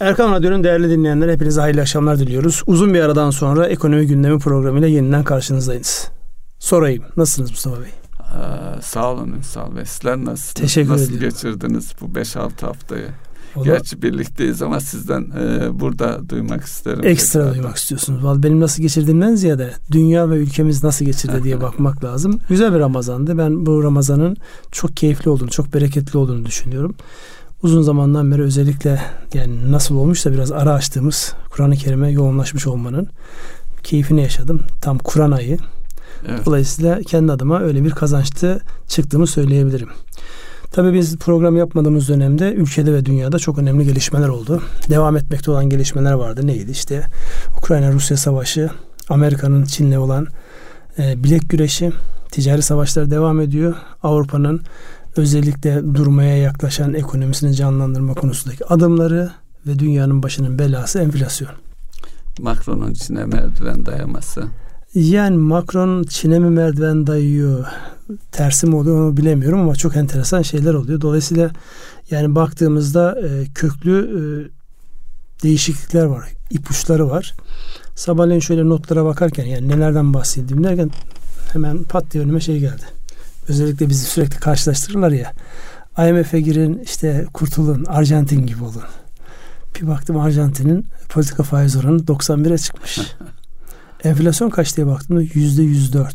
Erkam Radyo'nun değerli dinleyenler, hepinize hayırlı akşamlar diliyoruz. Uzun bir aradan sonra Ekonomi Gündemi programıyla yeniden karşınızdayız. Sorayım, nasılsınız Mustafa Bey? Sağ olun Ünsal Bey. Sizler nasılsınız? Teşekkür ederim. Nasıl geçirdiniz bu 5-6 haftayı? Olur. Gerçi birlikteyiz ama sizden burada duymak isterim. Ekstra tekrar duymak istiyorsunuz. Vallahi benim nasıl geçirdiğimden ziyade dünya ve ülkemiz nasıl geçirdi diye bakmak lazım. Güzel bir Ramazan'dı. Ben bu Ramazan'ın çok keyifli olduğunu, çok bereketli olduğunu düşünüyorum. Uzun zamandan beri özellikle yani nasıl olmuşsa biraz ara açtığımız Kur'an-ı Kerim'e yoğunlaşmış olmanın keyfini yaşadım. Tam Kur'an ayı. Evet. Dolayısıyla kendi adıma öyle bir kazançta çıktığımı söyleyebilirim. Tabii biz program yapmadığımız dönemde ülkede ve dünyada çok önemli gelişmeler oldu. Devam etmekte olan gelişmeler vardı. Neydi? İşte Ukrayna-Rusya savaşı, Amerika'nın Çin'le olan bilek güreşi, ticari savaşlar devam ediyor. Avrupa'nın özellikle durmaya yaklaşan ekonomisini canlandırma konusundaki adımları ve dünyanın başının belası enflasyon. Macron'un Çin'e merdiven dayaması. Yani Macron Çin'e mi merdiven dayıyor, tersi mi oluyor onu bilemiyorum ama çok enteresan şeyler oluyor. Dolayısıyla yani baktığımızda köklü değişiklikler var, ipuçları var. Sabahleyin şöyle notlara bakarken yani nelerden bahsedeyim derken hemen pat diye önüme şey geldi. Özellikle bizi sürekli karşılaştırırlar ya. IMF'e girin, işte kurtulun, Arjantin gibi olun. Bir baktım Arjantin'in politika faiz oranı 91'e çıkmış. Enflasyon kaç diye baktığımda %104.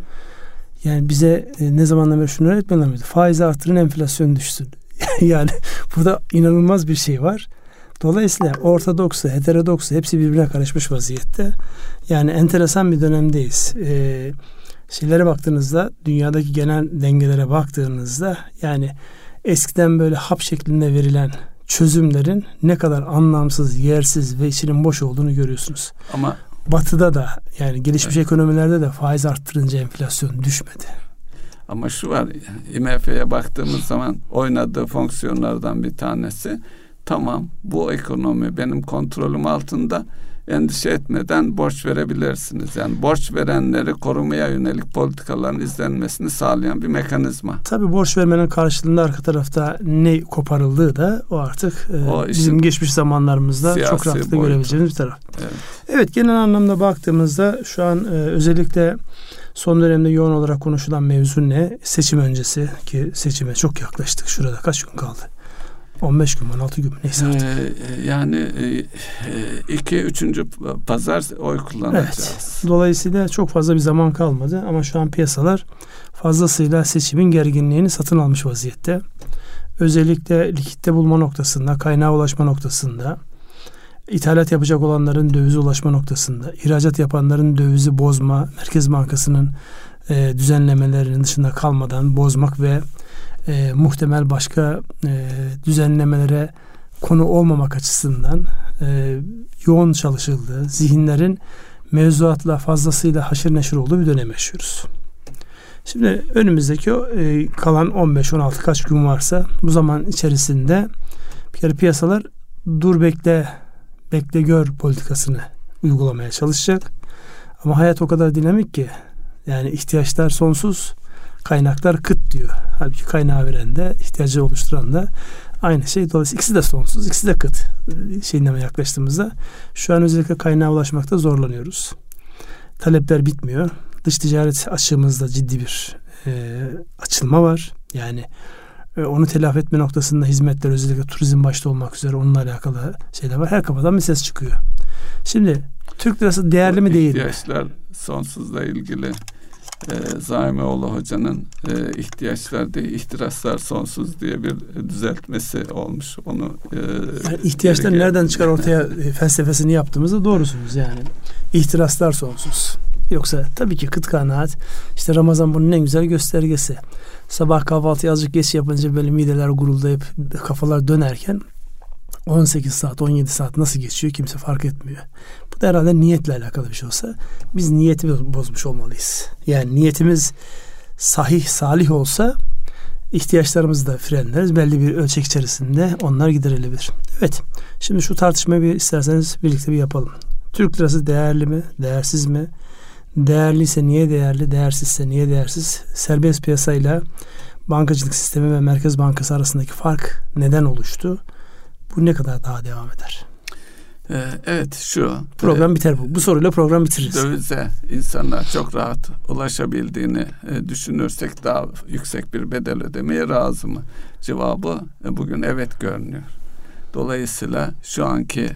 Yani bize ne zamandan beri şunu öğretmiyorlar mıydı? Faizi artırın, enflasyon düşsün. Yani burada inanılmaz bir şey var. Dolayısıyla ortodoksu, heterodoksu hepsi birbirine karışmış vaziyette. Yani enteresan bir dönemdeyiz. Şeylere baktığınızda, dünyadaki genel dengelere baktığınızda yani eskiden böyle hap şeklinde verilen çözümlerin ne kadar anlamsız, yersiz ve içinin boş olduğunu görüyorsunuz. Ama Batı'da da yani gelişmiş ekonomilerde de faiz arttırınca enflasyon düşmedi. Ama şu var, IMF'ye baktığımız zaman oynadığı fonksiyonlardan bir tanesi, tamam bu ekonomi benim kontrolüm altında, endişe etmeden borç verebilirsiniz. Yani borç verenleri korumaya yönelik politikaların izlenmesini sağlayan bir mekanizma. Tabii borç vermenin karşılığında arka tarafta ne koparıldığı da o artık bizim geçmiş zamanlarımızda çok rahatlıkla görebileceğimiz bir taraf. Evet, genel anlamda baktığımızda şu an özellikle son dönemde yoğun olarak konuşulan mevzu ne? Seçim öncesi, ki seçime çok yaklaştık. Şurada kaç gün kaldı? 15 gün mü, 16 gün mü? Neyse artık. Yani 2-3. pazar oy kullanacağız. Evet. Dolayısıyla çok fazla bir zaman kalmadı ama şu an piyasalar fazlasıyla seçimin gerginliğini satın almış vaziyette. Özellikle likitte bulma noktasında, kaynağa ulaşma noktasında, ithalat yapacak olanların dövize ulaşma noktasında, ihracat yapanların dövizi bozma, Merkez Bankası'nın düzenlemelerinin dışında kalmadan bozmak ve muhtemel başka düzenlemelere konu olmamak açısından yoğun çalışıldığı, zihinlerin mevzuatla fazlasıyla haşır neşir olduğu bir dönem yaşıyoruz. Şimdi önümüzdeki kalan 15-16 kaç gün varsa bu zaman içerisinde bir kere piyasalar dur bekle gör politikasını uygulamaya çalışacak. Ama hayat o kadar dinamik ki yani ihtiyaçlar sonsuz, kaynaklar kıt diyor. Halbuki kaynağı veren de ihtiyacı oluşturan da aynı şey. Dolayısıyla ikisi de sonsuz, ikisi de kıt şeyine yaklaştığımızda şu an özellikle kaynağa ulaşmakta zorlanıyoruz. Talepler bitmiyor. Dış ticaret açığımızda ciddi bir açılma var. Yani onu telafi etme noktasında hizmetler, özellikle turizm başta olmak üzere onunla alakalı şeyler var. Her kafadan bir ses çıkıyor. Şimdi Türk lirası değerli mi değil mi? İhtiyaçlar sonsuzla ilgili Zaimoğlu Hoca'nın ihtiyaçlar değil, ihtiraslar sonsuz diye bir düzeltmesi olmuş. Onu yani ihtiyaçlar nereden çıkar ortaya felsefesini yaptığımızda doğrusunuz yani. İhtiraslar sonsuz. Yoksa tabii ki kıt kanaat. İşte Ramazan bunun en güzel göstergesi. Sabah kahvaltıyı azıcık geç yapınca böyle mideler guruldayıp kafalar dönerken 18 saat, 17 saat nasıl geçiyor kimse fark etmiyor. Bu da herhalde niyetle alakalı bir şey olsa biz niyeti bozmuş olmalıyız. Yani niyetimiz salih olsa ihtiyaçlarımızı da frenleriz. Belli bir ölçek içerisinde onlar giderilebilir. Evet. Şimdi şu tartışmayı bir isterseniz birlikte bir yapalım. Türk lirası değerli mi? Değersiz mi? Değerliyse niye değerli? Değersizse niye değersiz? Serbest piyasayla bankacılık sistemi ve Merkez Bankası arasındaki fark neden oluştu? Bu ne kadar daha devam eder? Evet, şu. Program biter bu. Bu soruyla program bitiririz. Dövize insanlar çok rahat ulaşabildiğini düşünürsek daha yüksek bir bedel ödemeye razı mı? Cevabı bugün evet görünüyor. Dolayısıyla şu anki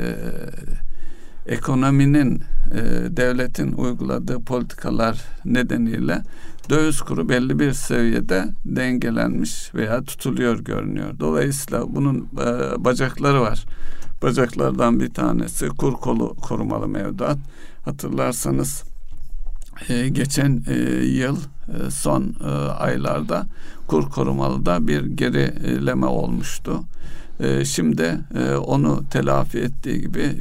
ekonominin, devletin uyguladığı politikalar nedeniyle döviz kuru belli bir seviyede dengelenmiş veya tutuluyor görünüyor. Dolayısıyla bunun bacakları var. Bacaklardan bir tanesi kur korumalı mevduat. Hatırlarsanız geçen yıl son aylarda kur korumalıda bir gerileme olmuştu. Şimdi onu telafi ettiği gibi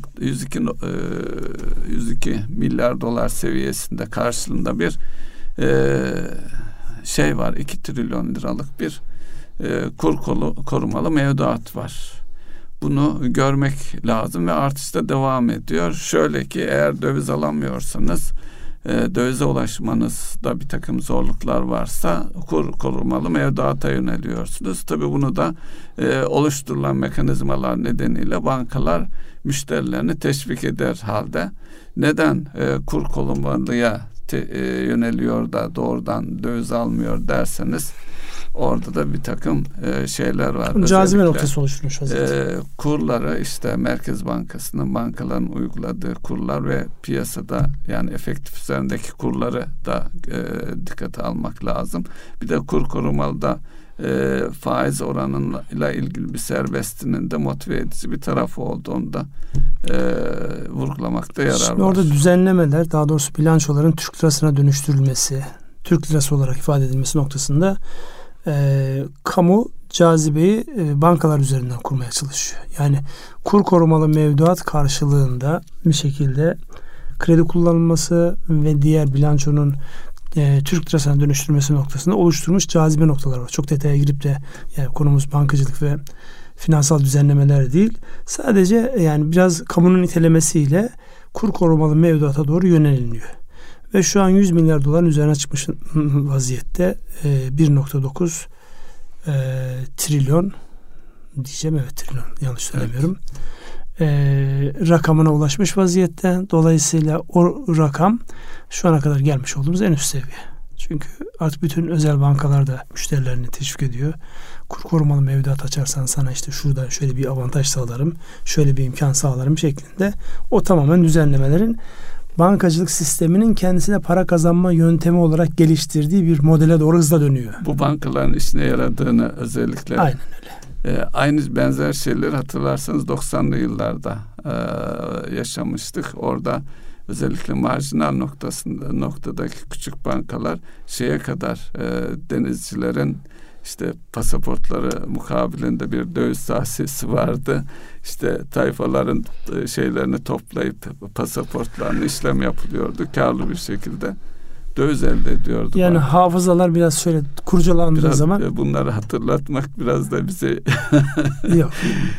102 milyar dolar seviyesinde karşılığında bir şey var. 2 trilyon liralık bir kur korumalı mevduat var. Bunu görmek lazım ve artışta devam ediyor. Şöyle ki eğer döviz alamıyorsanız, dövize ulaşmanızda bir takım zorluklar varsa kur korumalı mevduata yöneliyorsunuz. Tabii bunu da oluşturulan mekanizmalar nedeniyle bankalar müşterilerini teşvik eder halde. Neden kur korumalıya yöneliyor da doğrudan döviz almıyor derseniz, orada da bir takım şeyler var. Cazibe noktası oluşturmuş. Kurları işte Merkez Bankası'nın, bankaların uyguladığı kurlar ve piyasada yani efektif üzerindeki kurları da dikkate almak lazım. Bir de kur korumalıda faiz oranıyla ilgili bir serbestinin de motive edici bir tarafı olduğunu da vurgulamakta yarar var. Şimdi orada düzenlemeler, daha doğrusu bilançoların Türk lirasına dönüştürülmesi, Türk lirası olarak ifade edilmesi noktasında kamu cazibeyi bankalar üzerinden kurmaya çalışıyor. Yani kur korumalı mevduat karşılığında bir şekilde kredi kullanılması ve diğer bilançonun Türk lirasına dönüştürmesi noktasında oluşturmuş cazibe noktaları var. Çok detaya girip de yani konumuz bankacılık ve finansal düzenlemeler değil. Sadece yani biraz kamunun itelemesiyle kur korumalı mevduata doğru yöneliniyor. Ve şu an 100 milyar doların üzerine çıkmış vaziyette 1.9 trilyon diyeceğim, evet trilyon, yanlış söylemiyorum. Rakamına ulaşmış vaziyette. Dolayısıyla o rakam şu ana kadar gelmiş olduğumuz en üst seviye. Çünkü artık bütün özel bankalar da müşterilerini teşvik ediyor. Kur korumalı mevduat açarsan sana işte şurada şöyle bir avantaj sağlarım, şöyle bir imkan sağlarım şeklinde. O tamamen düzenlemelerin bankacılık sisteminin kendisine para kazanma yöntemi olarak geliştirdiği bir modele doğru hızla dönüyor. Bu bankaların işine yaradığını özellikle aynen öyle. Aynı benzer şeyleri hatırlarsanız 90'lı yıllarda yaşamıştık. Orada özellikle marjinal noktadaki küçük bankalar şeye kadar denizcilerin işte pasaportları mukabilinde bir döviz tahsisi vardı. İşte tayfaların şeylerini toplayıp pasaportlarını işlem yapılıyordu. Karlı bir şekilde döviz elde ediyordu. Yani hafızalar biraz şöyle kurcalandığı zaman bunları hatırlatmak biraz da bize yok.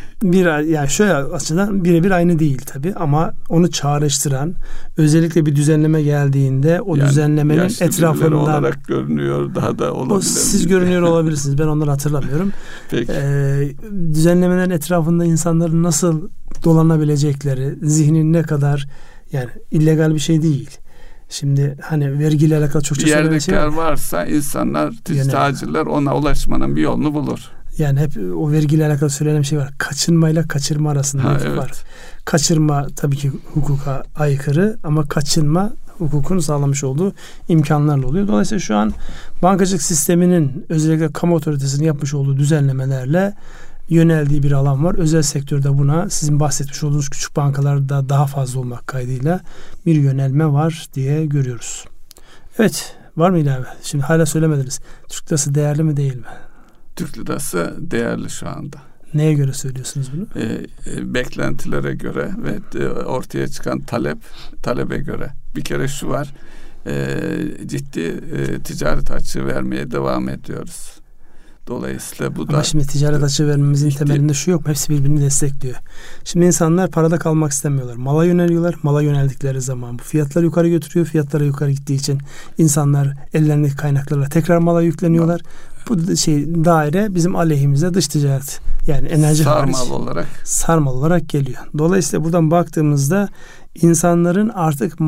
Yani şöyle açıdan birebir aynı değil tabii ama onu çağrıştıran, özellikle bir düzenleme geldiğinde o yani düzenlemenin etrafından olarak görünüyor, daha da olabilir. Siz görünüyor olabilirsiniz. Ben onları hatırlamıyorum. Peki. Düzenlemelerin etrafında insanların nasıl dolanabilecekleri, zihnin ne kadar, yani illegal bir şey değil. Şimdi hani vergiyle alakalı çok bir yerde kar varsa insanlar, tacirler ona ulaşmanın bir yolunu bulur. Yani hep o vergiyle alakalı söylenen şey var. Kaçınmayla kaçırma arasında bir var. Kaçırma tabii ki hukuka aykırı ama kaçınma hukukun sağlamış olduğu imkanlarla oluyor. Dolayısıyla şu an bankacılık sisteminin özellikle kamu otoritesinin yapmış olduğu düzenlemelerle yöneldiği bir alan var. Özel sektörde buna sizin bahsetmiş olduğunuz küçük bankalarda daha fazla olmak kaydıyla bir yönelme var diye görüyoruz. Evet, var mı ilave? Şimdi hala söylemediniz. Türk lirası değerli mi değil mi? Türk lirası değerli şu anda. Neye göre söylüyorsunuz bunu? Beklentilere göre ve ortaya çıkan talebe göre. Bir kere şu var, ciddi ticaret açığı vermeye devam ediyoruz. Dolayısıyla bu ama da... şimdi ticaret açığı vermemizin temelinde şu yok mu? Hepsi birbirini destekliyor. Şimdi insanlar parada kalmak istemiyorlar. Mala yöneliyorlar. Mala yöneldikleri zaman bu fiyatları yukarı götürüyor. Fiyatlara yukarı gittiği için insanlar ellerindeki kaynaklarla tekrar mala yükleniyorlar. Bu daire bizim aleyhimize, dış ticaret yani enerji sarmal olarak geliyor. Dolayısıyla buradan baktığımızda insanların artık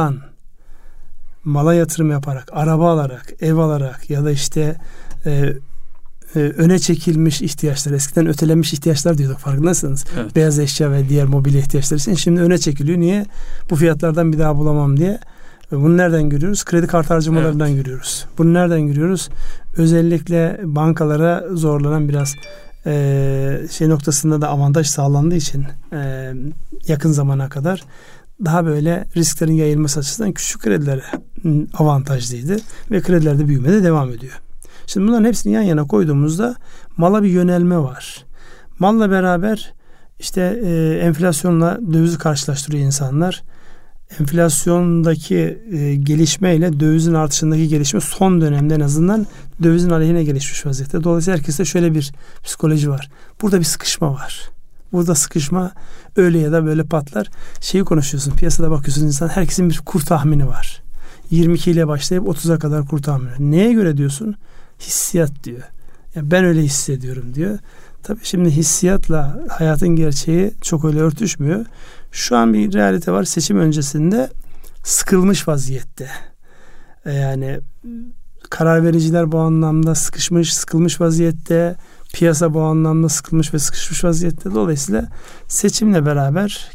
mala yatırım yaparak, araba alarak, ev alarak ya da işte öne çekilmiş ihtiyaçlar, eskiden ötelenmiş ihtiyaçlar diyorduk, farkındasınız. Evet. Beyaz eşya ve diğer mobilya ihtiyaçları için şimdi öne çekiliyor. Niye? Bu fiyatlardan bir daha bulamam diye. Bunu nereden görüyoruz? Kredi kartı harcamalarından görüyoruz. Bunu nereden görüyoruz? Özellikle bankalara zorlanan biraz noktasında da avantaj sağlandığı için yakın zamana kadar daha böyle risklerin yayılması açısından küçük krediler avantajlıydı ve kredilerde büyümede devam ediyor. Şimdi bunların hepsini yan yana koyduğumuzda mala bir yönelme var. Malla beraber işte enflasyonla dövizi karşılaştırıyor insanlar. Enflasyondaki gelişmeyle dövizin artışındaki gelişme son dönemde en azından dövizin aleyhine gelişmiş vaziyette. Dolayısıyla herkeste şöyle bir psikoloji var. Burada bir sıkışma var. Burada sıkışma öyle ya da böyle patlar. Şeyi konuşuyorsun, piyasada bakıyorsun, insan herkesin bir kur tahmini var. 22 ile başlayıp 30'a kadar kur tahmini. Neye göre diyorsun? Hissiyat diyor. Yani ben öyle hissediyorum diyor. Tabii şimdi hissiyatla hayatın gerçeği çok öyle örtüşmüyor. Şu an bir realite var. Seçim öncesinde sıkılmış vaziyette. Yani karar vericiler bu anlamda sıkılmış vaziyette. Piyasa bu anlamda sıkılmış ve sıkışmış vaziyette. Dolayısıyla seçimle beraber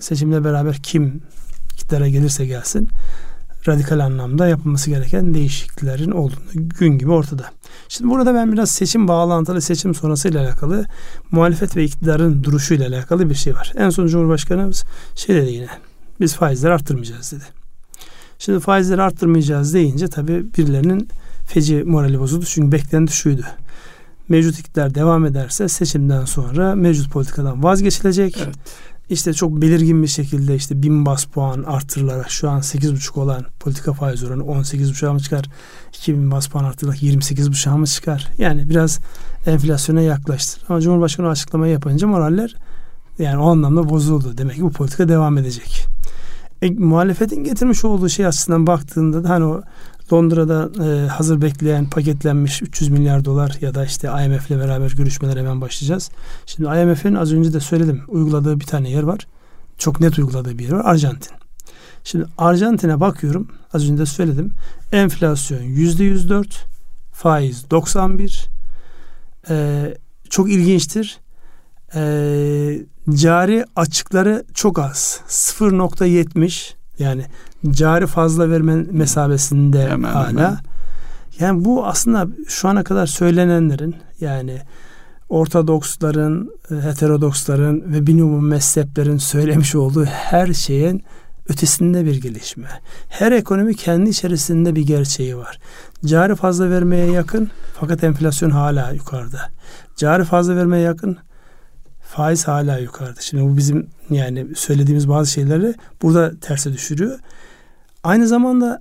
kim iktidara gelirse gelsin radikal anlamda yapılması gereken değişikliklerin olduğunu gün gibi ortada. Şimdi burada ben biraz seçim bağlantılı, seçim sonrasıyla alakalı, muhalefet ve iktidarın duruşuyla alakalı bir şey var. En son Cumhurbaşkanımız dedi yine, biz faizleri arttırmayacağız dedi. Şimdi faizleri arttırmayacağız deyince tabii birilerinin feci morali bozuldu. Çünkü beklenti şuydu: mevcut iktidar devam ederse seçimden sonra mevcut politikadan vazgeçilecek. Evet. İşte çok belirgin bir şekilde işte 1000 bas puan artırılarak şu an 8,5 olan politika faiz oranı 18,5'a mı çıkar? 2000 bas puan artırılarak 28,5'a mı çıkar? Yani biraz enflasyona yaklaştır. Ama Cumhurbaşkanı açıklamayı yapınca moraller yani o anlamda bozuldu. Demek ki bu politika devam edecek. Muhalefetin getirmiş olduğu şey açısından baktığında da hani o Londra'da hazır bekleyen paketlenmiş 300 milyar dolar ya da işte IMF ile beraber görüşmelere hemen başlayacağız. Şimdi IMF'in az önce de söyledim uyguladığı bir tane yer var. Çok net uyguladığı bir yer var. Arjantin. Şimdi Arjantin'e bakıyorum. Az önce de söyledim. Enflasyon %104. Faiz 91. Çok ilginçtir. Cari açıkları çok az. 0,70 yani cari fazla verme mesabesinde hala. Yani bu aslında şu ana kadar söylenenlerin yani ortodoksların, heterodoksların ve bilumum mezheplerin söylemiş olduğu her şeyin ötesinde bir gelişme. Her ekonomi kendi içerisinde bir gerçeği var. Cari fazla vermeye yakın fakat enflasyon hala yukarıda. Cari fazla vermeye yakın, faiz hala yukarıda. Şimdi bu bizim yani söylediğimiz bazı şeyleri burada terse düşürüyor. Aynı zamanda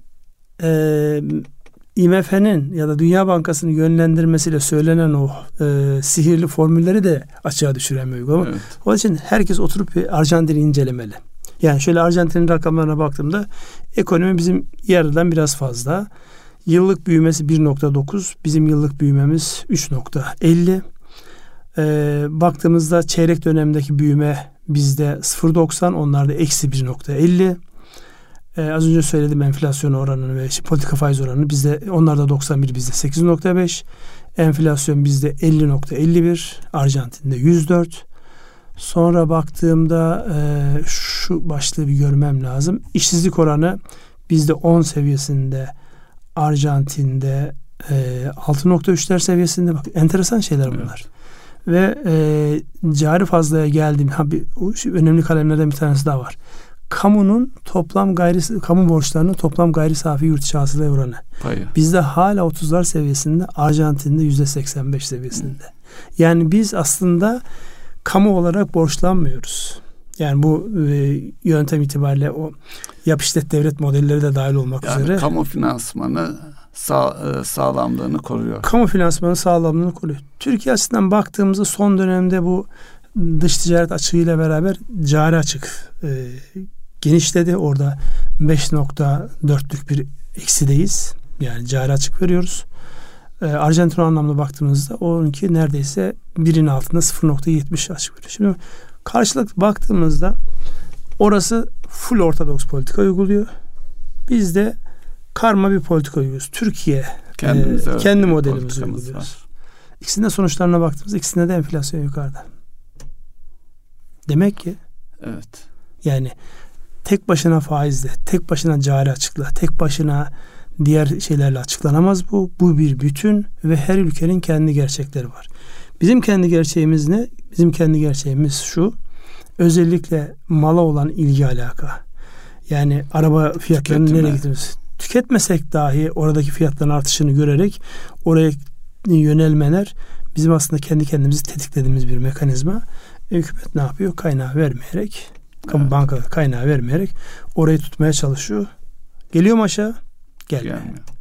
IMF'nin ya da Dünya Bankası'nın yönlendirmesiyle söylenen o sihirli formülleri de açığa düşüren bir uygulama. Evet. Onun için herkes oturup bir Arjantin'i incelemeli. Yani şöyle Arjantin'in rakamlarına baktığımda ekonomi bizim yarıdan biraz fazla. Yıllık büyümesi 1,9. Bizim yıllık büyümemiz 3,50. Baktığımızda çeyrek dönemdeki büyüme bizde 0,90, onlarda eksi 1,50. Az önce söyledim enflasyon oranını ve politika faiz oranını bizde, onlarda 91, bizde 8,5. Enflasyon bizde 50,51, Arjantin'de 104. Sonra baktığımda şu başlığı bir görmem lazım. İşsizlik oranı bizde 10 seviyesinde, Arjantin'de 6,3'ler seviyesinde. Bak, enteresan şeyler bunlar. Evet. Ve cari fazlaya geldiğim önemli kalemlerden bir tanesi daha var. Kamu borçlarının toplam gayri safi yurt içi hasıla oranı. Payı. Bizde hala 30'lar seviyesinde, Arjantin'de %85 seviyesinde. Yani biz aslında kamu olarak borçlanmıyoruz. Yani bu yöntem itibariyle o yap işlet devlet modelleri de dahil olmak üzere. Kamu finansmanı sağlamlığını koruyor. Kamu finansmanı sağlamlığını koruyor. Türkiye açısından baktığımızda son dönemde bu dış ticaret açığıyla beraber cari açık genişledi. Orada 5.4'lük bir eksideyiz. Yani cari açık veriyoruz. Arjantin anlamda baktığımızda onunki neredeyse 1'in altında 0.70 açık veriyor. Şimdi karşılıklı baktığımızda orası full ortodoks politika uyguluyor. Biz de karma bir politika uyguluyoruz. Türkiye kendi modelimizi uyguluyoruz. İkisinin de sonuçlarına baktığımızda ikisinde de enflasyon yukarıda. Demek ki evet. Yani tek başına faizle, tek başına cari açıkla, tek başına diğer şeylerle açıklanamaz bu. Bu bir bütün ve her ülkenin kendi gerçekleri var. Bizim kendi gerçeğimiz ne? Bizim kendi gerçeğimiz şu. Özellikle mala olan ilgi alaka. Yani araba fiyatlarının nereye gittiğimiz. Tüketmesek dahi oradaki fiyatların artışını görerek oraya yönelmeler bizim aslında kendi kendimizi tetiklediğimiz bir mekanizma. Hükümet ne yapıyor? Kaynağı vermeyerek, kamu bankaları kaynağı vermeyerek orayı tutmaya çalışıyor. Geliyor mu aşağı? Gelmiyor.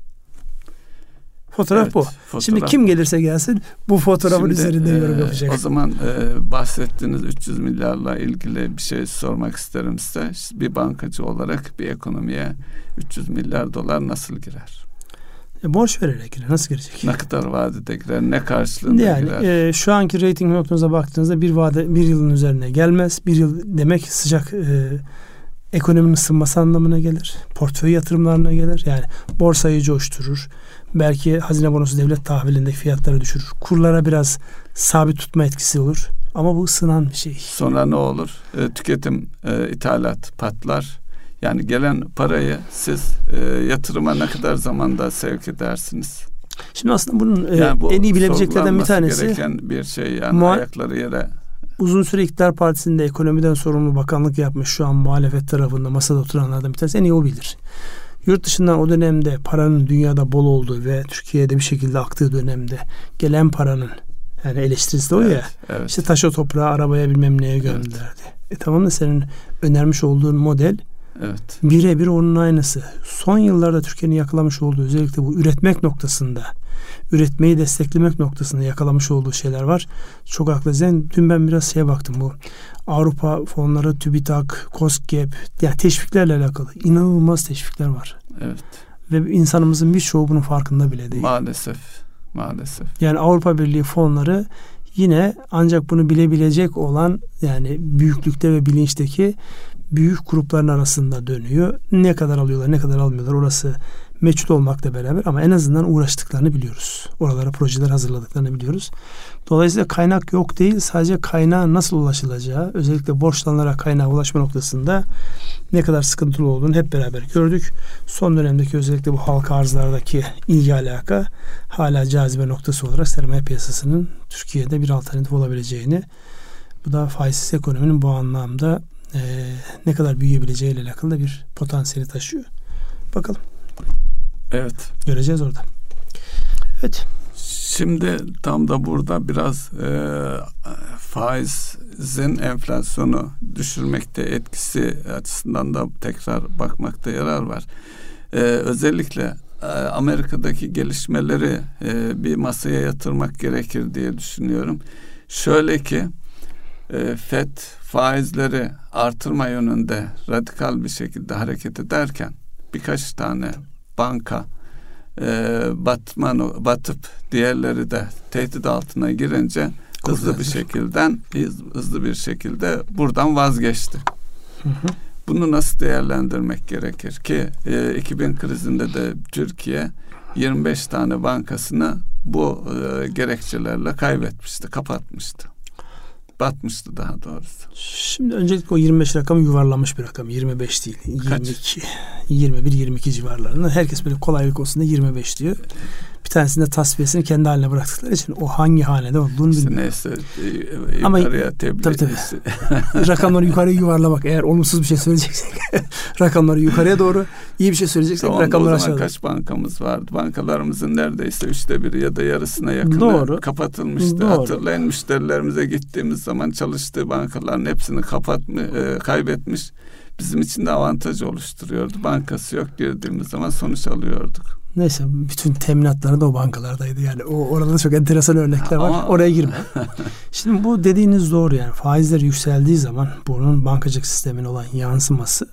Fotoğraf bu. Fotoğraf şimdi kim gelirse gelsin bu fotoğrafın üzerinde yorum yapacak. O zaman bahsettiğiniz 300 milyarla ilgili bir şey sormak isterim size. Bir bankacı olarak bir ekonomiye 300 milyar dolar nasıl girer? Borç vererek girer. Nasıl girecek? Ne kadar vadede girer? Ne karşılığında girer? Yani şu anki rating notunuza baktığınızda bir yılın üzerine gelmez. Bir yıl demek sıcak ekonominin ısınması anlamına gelir. Portföy yatırımlarına gelir. Yani borsayı coşturur. Belki hazine bonosu devlet tahvilindeki fiyatları düşürür. Kurlara biraz sabit tutma etkisi olur. Ama bu ısınan bir şey. Sonra ne olur? Tüketim, ithalat patlar. Yani gelen parayı siz yatırıma ne kadar zamanda sevk edersiniz? Şimdi aslında bunun en iyi bilebileceklerden bir tanesi gereken bir şey yani ayakları yere. Uzun süre iktidar partisinde ekonomiden sorumlu bakanlık yapmış şu an muhalefet tarafında masada oturanlardan bir tanesi en iyi o bilir. Yurt dışından o dönemde paranın dünyada bol olduğu ve Türkiye'de bir şekilde aktığı dönemde gelen paranın yani eleştirisi de o ya. Evet. İşte taşa toprağa arabaya bilmem neye gömdülerdi. Tamam da senin önermiş olduğun model birebir onun aynısı. Son yıllarda Türkiye'nin yakalamış olduğu özellikle bu üretmek noktasında, üretmeyi desteklemek noktasında yakalamış olduğu şeyler var. Çok haklısın. Dün ben biraz şeye baktım bu. Avrupa fonları, TÜBİTAK, KOSGEB yani teşviklerle alakalı inanılmaz teşvikler var. Evet. Ve insanımızın birçoğu bunun farkında bile değil. Maalesef. Yani Avrupa Birliği fonları yine ancak bunu bilebilecek olan yani büyüklükte ve bilinçteki büyük grupların arasında dönüyor. Ne kadar alıyorlar, ne kadar almıyorlar orası meçhul olmakla beraber ama en azından uğraştıklarını biliyoruz. Oralara projeler hazırladıklarını biliyoruz. Dolayısıyla kaynak yok değil, sadece kaynağa nasıl ulaşılacağı, özellikle borçlanılarak kaynağa ulaşma noktasında ne kadar sıkıntılı olduğunu hep beraber gördük. Son dönemdeki özellikle bu halka arzlardaki ilgi alaka hala cazibe noktası olarak sermaye piyasasının Türkiye'de bir alternatif olabileceğini, bu da faizsiz ekonominin bu anlamda ne kadar büyüyebileceğiyle alakalı da bir potansiyeli taşıyor. Bakalım. Evet. Göreceğiz orada. Evet. Şimdi tam da burada biraz faizin enflasyonu düşürmekte etkisi açısından da tekrar bakmakta yarar var. Özellikle Amerika'daki gelişmeleri bir masaya yatırmak gerekir diye düşünüyorum. Şöyle ki FED faizleri artırma yönünde radikal bir şekilde hareket ederken birkaç tane banka batıp diğerleri de tehdit altına girince hızlı bir şekilde buradan vazgeçti. Bunu nasıl değerlendirmek gerekir ki 2000 krizinde de Türkiye 25 tane bankasını bu gerekçelerle kaybetmişti, kapatmıştı. Batmıştı daha doğrusu. Şimdi öncelikle o 25 rakamı yuvarlanmış bir rakam. 25 değil. 22. 21-22 civarlarında. Herkes böyle kolaylık olsun da 25 diyor. Bir tanesinde tasfiyesini kendi haline bıraktıkları için o hangi hanede olduğunu bilmiyorum. Neyse yukarıya tebliğ. Rakamları yukarıya yuvarlamak. Eğer olumsuz bir şey söyleyeceksek rakamları yukarıya doğru, iyi bir şey söyleyeceksek rakamları aşağıya. Kaç bankamız vardı? Bankalarımızın neredeyse 1/3 ya da yarısına yakını kapatılmıştı. Doğru. Hatırlayın, müşterilerimize gittiğimiz zaman çalıştığı bankaların hepsini kaybetmiş. Bizim için de avantaj oluşturuyordu. Bankası yok, girdiğimiz zaman sonuç alıyorduk. Neyse, bütün teminatları da o bankalardaydı. Yani orada çok enteresan örnekler var. Oraya girme. Şimdi bu dediğiniz doğru yani. Faizler yükseldiği zaman bunun bankacılık sistemine olan yansıması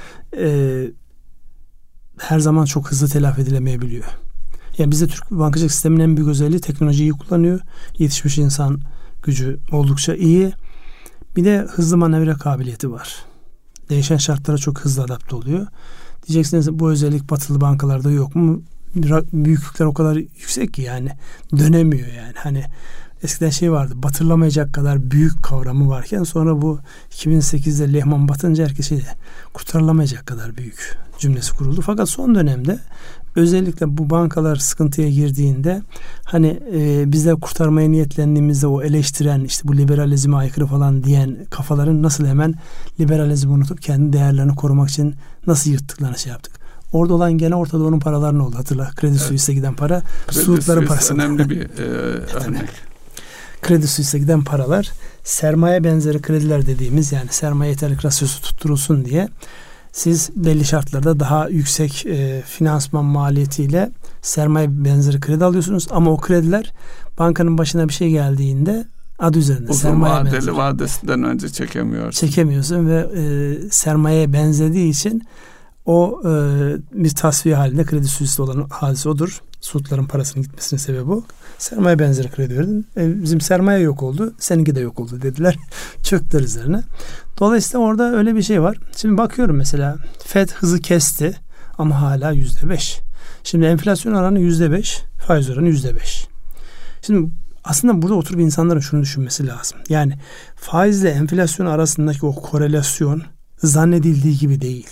her zaman çok hızlı telafi edilemeyebiliyor. Yani bizde Türk bankacılık sisteminin en büyük özelliği teknolojiyi kullanıyor. Yetişmiş insan gücü oldukça iyi. Bir de hızlı manevra kabiliyeti var. Değişen şartlara çok hızlı adapte oluyor. Diyeceksiniz bu özellik batılı bankalarda yok mu? Büyüklükler o kadar yüksek ki yani dönemiyor yani. Hani eskiden şey vardı, batırılamayacak kadar büyük kavramı varken sonra bu 2008'de Lehman batınca herkes kurtarılamayacak kadar büyük cümlesi kuruldu. Fakat son dönemde özellikle bu bankalar sıkıntıya girdiğinde hani bizler kurtarmaya niyetlendiğimizde o eleştiren işte bu liberalizme aykırı falan diyen kafaların nasıl hemen liberalizmi unutup kendi değerlerini korumak için nasıl yırttıklarını şey yaptık. Orada olan gene Orta Doğu'nun paraları ne oldu? Hatırla. Kredi Suisse'e giden para Suudların parası. Önemli bir örnek. Kredi Suisse'e giden paralar sermaye benzeri krediler dediğimiz yani sermaye yeterlilik rasyosu tutturulsun diye siz belli şartlarda daha yüksek finansman maliyetiyle sermaye benzeri kredi alıyorsunuz ama o krediler bankanın başına bir şey geldiğinde adı üzerinde uzun sermaye vadeli benzeri. Vadesinden önce çekemiyorsun ve sermayeye benzediği için o bir tasfiye halinde Kredi Suisse'de olan hadise odur. Suudların parasının gitmesinin sebebi o. Sermaye benzeri kredi verdin. Bizim sermaye yok oldu. Seninki de yok oldu dediler. Çöktüler üzerine. Dolayısıyla orada öyle bir şey var. Şimdi bakıyorum mesela FED hızı kesti ama hala %5. Şimdi enflasyon oranı %5, faiz oranı %5. Şimdi aslında burada oturup insanların şunu düşünmesi lazım. Yani faizle enflasyon arasındaki o korelasyon zannedildiği gibi değil.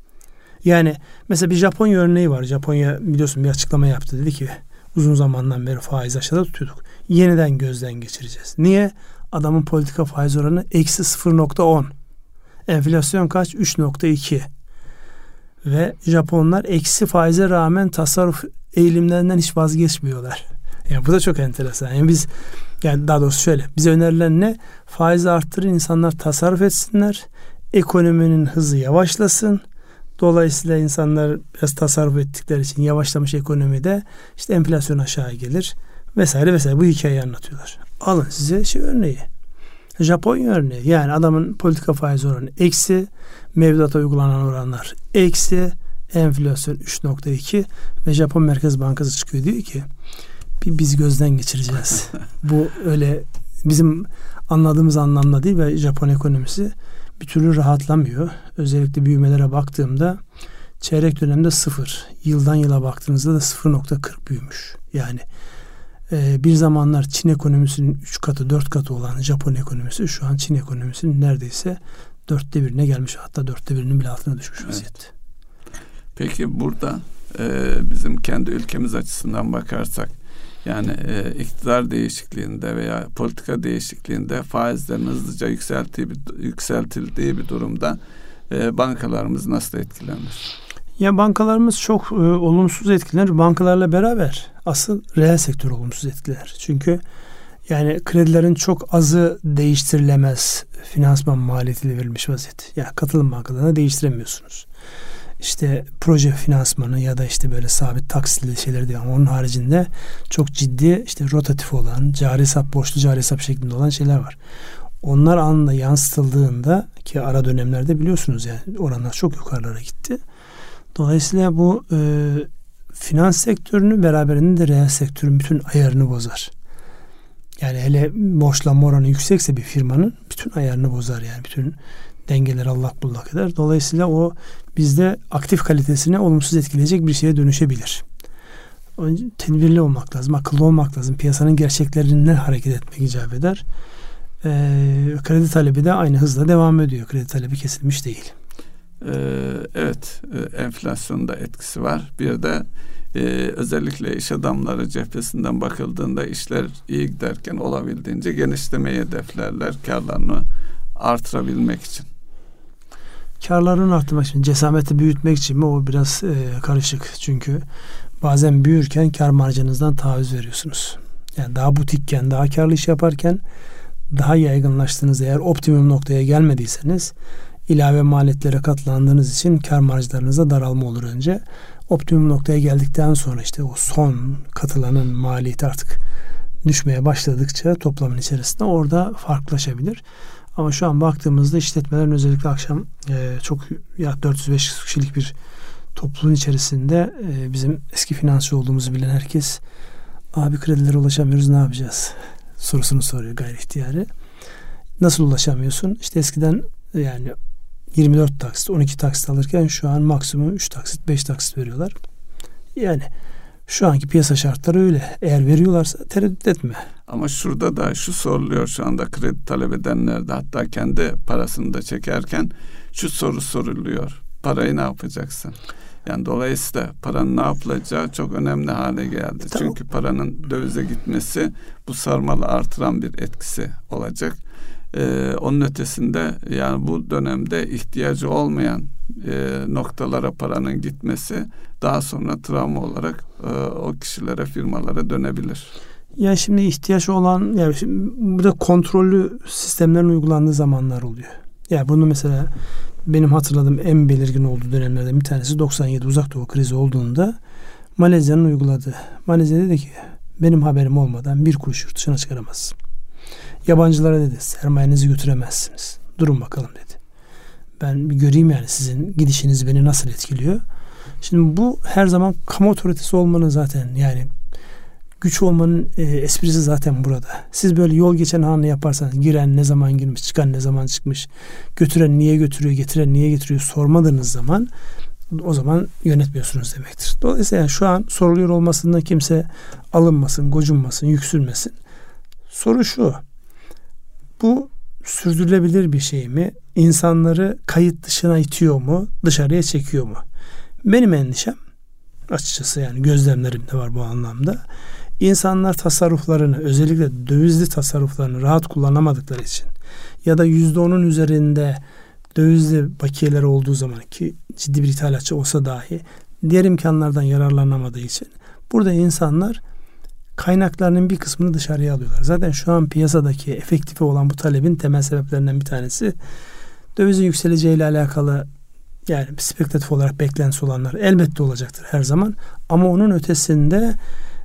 Yani mesela bir Japonya örneği var. Japonya biliyorsun bir açıklama yaptı. Dedi ki uzun zamandan beri faiz aşağıda tutuyorduk. Yeniden gözden geçireceğiz. Niye? Adamın politika faiz oranı eksi 0.10. Enflasyon kaç? 3.2. Ve Japonlar eksi faize rağmen tasarruf eğilimlerinden hiç vazgeçmiyorlar. Yani bu da çok enteresan. Yani daha doğrusu şöyle. Bize önerilen ne? Faizi arttırın, insanlar tasarruf etsinler. Ekonominin hızı yavaşlasın. Dolayısıyla insanlar biraz tasarruf ettikleri için yavaşlamış ekonomide işte enflasyon aşağı gelir vesaire vesaire, bu hikayeyi anlatıyorlar. Alın size örneği. Japonya örneği. Yani adamın politika faiz oranı eksi, mevduata uygulanan oranlar eksi, enflasyon 3.2 ve Japon Merkez Bankası çıkıyor diyor ki biz gözden geçireceğiz. Bu öyle bizim anladığımız anlamda değil ve Japon ekonomisi bir türlü rahatlamıyor. Özellikle büyümelere baktığımda çeyrek dönemde 0. Yıldan yıla baktığınızda da 0.40 büyümüş. Yani bir zamanlar Çin ekonomisinin 3 katı 4 katı olan Japon ekonomisi şu an Çin ekonomisinin neredeyse 1/4'e gelmiş. Hatta 1/4'inin bile altına düşmüş vaziyette. Peki burada bizim kendi ülkemiz açısından bakarsak yani iktidar değişikliğinde veya politika değişikliğinde faizlerin hızlıca yükseltildiği bir durumda bankalarımız nasıl etkilenir? Ya bankalarımız çok olumsuz etkilenir. Bankalarla beraber asıl reel sektör olumsuz etkilenir. Çünkü yani kredilerin çok azı değiştirilemez finansman maliyetiyle verilmiş vaziyette. Yani katılım bankalarına değiştiremiyorsunuz. İşte proje finansmanı ya da işte böyle sabit taksitli şeyler değil ama onun haricinde çok ciddi işte rotatif olan cari hesap, borçlu cari hesap şeklinde olan şeyler var. Onlar anında yansıtıldığında ki ara dönemlerde biliyorsunuz yani oranlar çok yukarılara gitti. Dolayısıyla bu finans sektörünü beraberinde de reel sektörün bütün ayarını bozar. Yani hele borçlanma oranı yüksekse bir firmanın bütün ayarını bozar yani bütün dengeleri allak bullak eder. Dolayısıyla o bizde aktif kalitesine olumsuz etkileyecek bir şeye dönüşebilir. Önce tedbirli olmak lazım, akıllı olmak lazım. Piyasanın gerçeklerinden hareket etmek icap eder. Kredi talebi de aynı hızla devam ediyor. Kredi talebi kesilmiş değil. Evet, enflasyonda etkisi var. Bir de özellikle iş adamları cephesinden bakıldığında işler iyi giderken olabildiğince genişlemeyi hedeflerler karlarını artırabilmek için. Karlarını arttırmak için, cesameti büyütmek için mi o biraz karışık. Çünkü bazen büyürken kar marjınızdan taviz veriyorsunuz. Yani daha butikken, daha karlı iş yaparken daha yaygınlaştığınızda eğer optimum noktaya gelmediyseniz ilave maliyetlere katlandığınız için kar marjlarınızda daralma olur önce. optimum noktaya geldikten sonra işte o son katılanın maliyeti artık düşmeye başladıkça toplamın içerisinde orada farklılaşabilir. Ama şu an baktığımızda işletmelerin özellikle akşam çok 405 kişilik bir topluluğun içerisinde bizim eski finansçı olduğumuzu bilen herkes abi kredilere ulaşamıyoruz, ne yapacağız sorusunu soruyor gayri ihtiyari. Nasıl ulaşamıyorsun? İşte eskiden yani 24 taksit 12 taksit alırken şu an maksimum 3 taksit 5 taksit veriyorlar. Yani şu anki piyasa şartları öyle. Eğer veriyorlarsa tereddüt etme. Ama şurada da şu soruluyor şu anda kredi talep edenlerde, hatta kendi parasını da çekerken şu soru soruluyor. Parayı ne yapacaksın? Yani dolayısıyla paranın ne yapılacağı çok önemli hale geldi. Tamam. Çünkü paranın dövize gitmesi bu sarmalı artıran bir etkisi olacak. Onun ötesinde yani bu dönemde ihtiyacı olmayan noktalara paranın gitmesi daha sonra travma olarak o kişilere, firmalara dönebilir. Ya şimdi ihtiyaç olan, yani şimdi burada kontrollü sistemlerin uygulandığı zamanlar oluyor. Ya bunu mesela benim hatırladığım en belirgin olduğu dönemlerden bir tanesi 97 Uzak Doğu krizi olduğunda Malezya'nın uyguladığı. Malezya dedi ki benim haberim olmadan bir kuruş yurt dışına çıkaramazsın. Yabancılara dedi sermayenizi götüremezsiniz. Durun bakalım dedi. Ben bir göreyim yani sizin gidişiniz beni nasıl etkiliyor. Şimdi bu her zaman kamu otoritesi olmanın zaten yani güç olmanın esprisi zaten burada. Siz böyle yol geçen hanı yaparsanız giren ne zaman girmiş, çıkan ne zaman çıkmış, götüren niye götürüyor, getiren niye getiriyor sormadığınız zaman o zaman yönetmiyorsunuz demektir. Dolayısıyla yani şu an soruluyor olmasında kimse alınmasın, gocunmasın, yüksülmesin. Soru şu: bu sürdürülebilir bir şey mi? İnsanları kayıt dışına itiyor mu? Dışarıya çekiyor mu? Benim endişem açıkçası, yani gözlemlerim de var bu anlamda. İnsanlar tasarruflarını, özellikle dövizli tasarruflarını rahat kullanamadıkları için ya da %10'un üzerinde dövizli bakiyeleri olduğu zaman, ki ciddi bir ithalatçı olsa dahi diğer imkanlardan yararlanamadığı için burada insanlar kaynaklarının bir kısmını dışarıya alıyorlar. Zaten şu an piyasadaki efektifi olan bu talebin temel sebeplerinden bir tanesi dövizin yükseleceğiyle alakalı, yani spekülatif olarak beklentisi olanlar elbette olacaktır her zaman. Ama onun ötesinde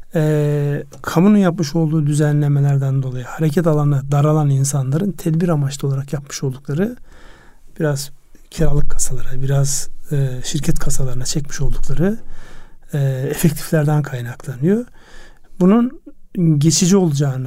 kamunun yapmış olduğu düzenlemelerden dolayı hareket alanı daralan insanların tedbir amaçlı olarak yapmış oldukları biraz kiralık kasalara, biraz şirket kasalarına çekmiş oldukları efektiflerden kaynaklanıyor. Bunun geçici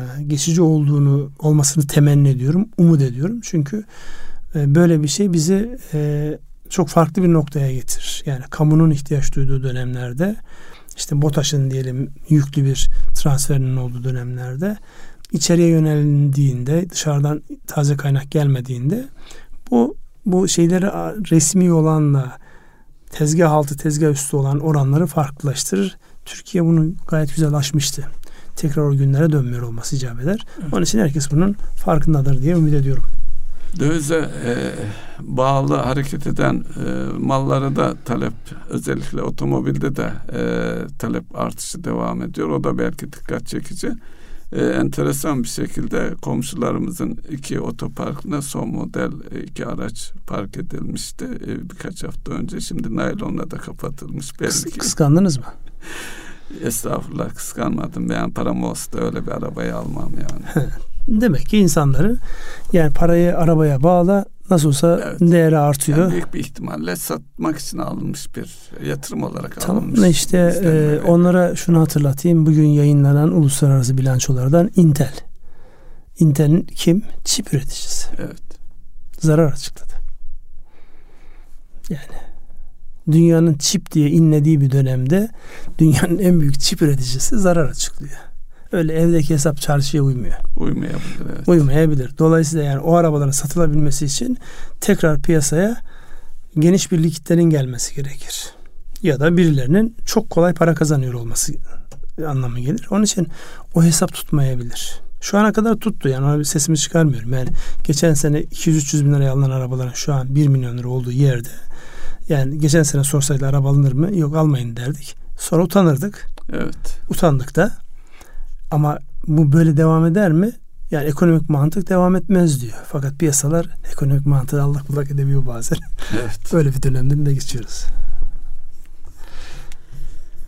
olmasını temenni ediyorum, umut ediyorum. Çünkü böyle bir şey bizi çok farklı bir noktaya getirir. Yani kamunun ihtiyaç duyduğu dönemlerde, işte BOTAŞ'ın diyelim yüklü bir transferinin olduğu dönemlerde, içeriye yönelindiğinde, dışarıdan taze kaynak gelmediğinde bu şeyleri resmi olanla tezgah altı, tezgah üstü olan oranları farklılaştırır. Türkiye bunu gayet güzel aşmıştı. Tekrar o günlere dönmüyor olması icap eder. Evet. Onun için herkes bunun farkındadır diye ümit ediyorum. Dövize bağlı hareket eden mallara da talep, özellikle otomobilde de talep artışı devam ediyor. O da belki dikkat çekici. Enteresan bir şekilde komşularımızın 2 otoparkına son model 2 araç park edilmişti birkaç hafta önce. Şimdi naylonla da kapatılmış. Belki. Kıskandınız mı? Estağfurullah, kıskanmadım. Yani param olsa da öyle bir arabayı almam yani. Demek ki insanların, yani parayı arabaya bağla, nasıl olsa evet, değeri artıyor. Yani büyük bir ihtimalle satmak için alınmış bir yatırım olarak tamam, alınmış. Tamam işte onlara şunu hatırlatayım. Bugün yayınlanan uluslararası bilançolardan Intel'in kim? Çip üreticisi. Evet. Zarar açıkladı. Yani dünyanın çip diye inlediği bir dönemde dünyanın en büyük çip üreticisi zarar açıklıyor. Öyle evdeki hesap çarşıya uymuyor. Uymayabilir. Evet. Uymayabilir. Dolayısıyla yani o arabaların satılabilmesi için tekrar piyasaya geniş bir likiditenin gelmesi gerekir. Ya da birilerinin çok kolay para kazanıyor olması anlamı gelir. Onun için o hesap tutmayabilir. Şu ana kadar tuttu. Yani ona bir sesimi çıkarmıyorum. Yani geçen sene 200-300 bin liraya alınan arabaların şu an 1 milyon lira olduğu yerde, yani geçen sene sorsaydı araba alınır mı? Yok, almayın derdik. Sonra utanırdık. Evet. Utandık da. Ama bu böyle devam eder mi? Yani ekonomik mantık devam etmez diyor. Fakat piyasalar ekonomik mantığı allak bullak edebiliyor bazen. Evet. Böyle bir dönemden de geçiyoruz.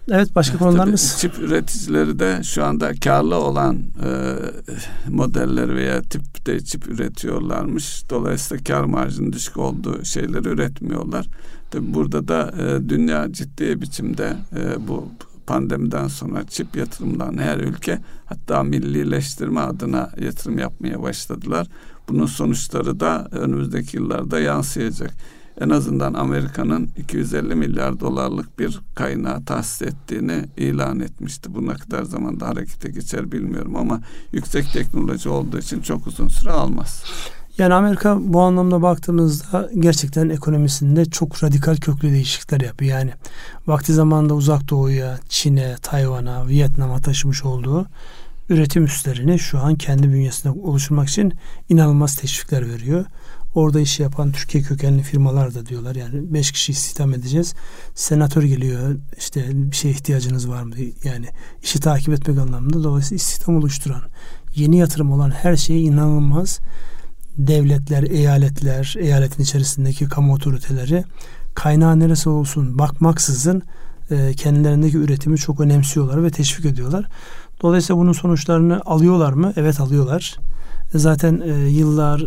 Evet, başka konularımız. Çip üreticileri de şu anda karlı olan modelleri veya tipte çip üretiyorlarmış. Dolayısıyla kar marjının düşük olduğu şeyleri üretmiyorlar. Tabii burada da dünya ciddi biçimde bu pandemiden sonra çip yatırımlarını her ülke, hatta millileştirme adına yatırım yapmaya başladılar. Bunun sonuçları da önümüzdeki yıllarda yansıyacak. En azından Amerika'nın 250 milyar dolarlık bir kaynağı tahsis ettiğini ilan etmişti. Bu ne kadar zamanda harekete geçer bilmiyorum ama yüksek teknoloji olduğu için çok uzun süre almaz. Yani Amerika bu anlamda baktığımızda gerçekten ekonomisinde çok radikal köklü değişiklikler yapıyor. Yani vakti zamanında Uzak Doğu'ya, Çin'e, Tayvan'a, Vietnam'a taşımış olduğu üretim üslerini şu an kendi bünyesinde oluşturmak için inanılmaz teşvikler veriyor. Orada işi yapan Türkiye kökenli firmalar da diyorlar yani 5 kişi istihdam edeceğiz. Senatör geliyor, işte bir şeye ihtiyacınız var mı? Yani işi takip etmek anlamında, dolayısıyla istihdam oluşturan, yeni yatırım olan her şeye inanılmaz devletler, eyaletler, eyaletin içerisindeki kamu otoriteleri kaynağı neresi olsun bakmaksızın kendilerindeki üretimi çok önemsiyorlar ve teşvik ediyorlar. Dolayısıyla bunun sonuçlarını alıyorlar mı? Evet, alıyorlar. Zaten yılı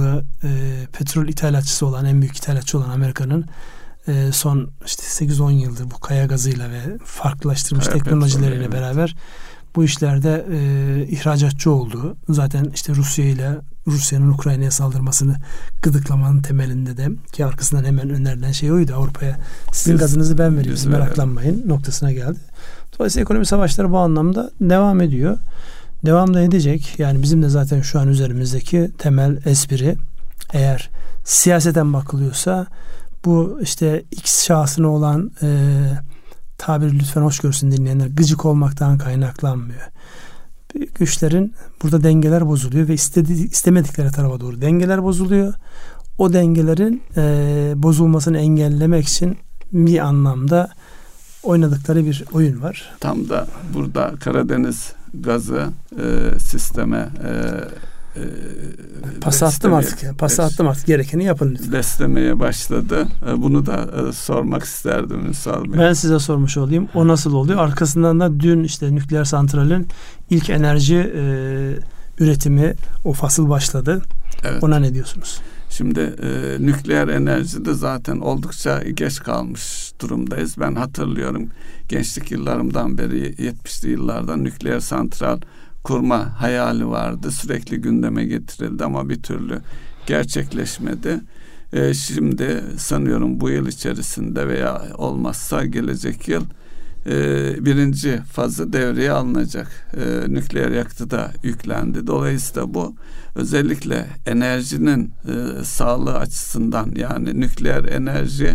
petrol ithalatçısı olan, en büyük ithalatçı olan Amerika'nın son işte 8-10 yıldır bu kaya gazıyla ve farklılaştırmış teknolojileriyle beraber bu işlerde ihracatçı oldu. Zaten işte Rusya'nın Ukrayna'ya saldırmasını gıdıklamanın temelinde de, ki arkasından hemen önerilen şey oydu, Avrupa'ya sizin gazınızı ben vereyim, siz meraklanmayın noktasına geldi. Dolayısıyla ekonomi savaşları bu anlamda devam ediyor. Devam da edecek. Yani bizim de zaten şu an üzerimizdeki temel espri, eğer siyaseten bakılıyorsa, bu işte X şahsına olan tabiri lütfen hoş görsün dinleyenler, gıcık olmaktan kaynaklanmıyor. Büyük güçlerin burada dengeler bozuluyor ve istemedikleri tarafa doğru dengeler bozuluyor. O dengelerin bozulmasını engellemek için bir anlamda oynadıkları bir oyun var. Tam da burada Karadeniz gazı sisteme pas attım artık, gerekeni yapın lütfen. Beslemeye başladı. Bunu da sormak isterdim Ünsal Bey. Ben size sormuş olayım. O nasıl oluyor? Arkasından da dün işte nükleer santralin ilk enerji üretimi, o fasıl başladı. Evet. Ona ne diyorsunuz? Şimdi nükleer enerjide zaten oldukça geç kalmış durumdayız. Ben hatırlıyorum, gençlik yıllarımdan beri 70'li yıllarda nükleer santral kurma hayali vardı. Sürekli gündeme getirildi ama bir türlü gerçekleşmedi. Şimdi sanıyorum bu yıl içerisinde veya olmazsa gelecek yıl birinci fazı devreye alınacak. Nükleer yakıtı da yüklendi. Dolayısıyla bu özellikle enerjinin sağlığı açısından, yani nükleer enerji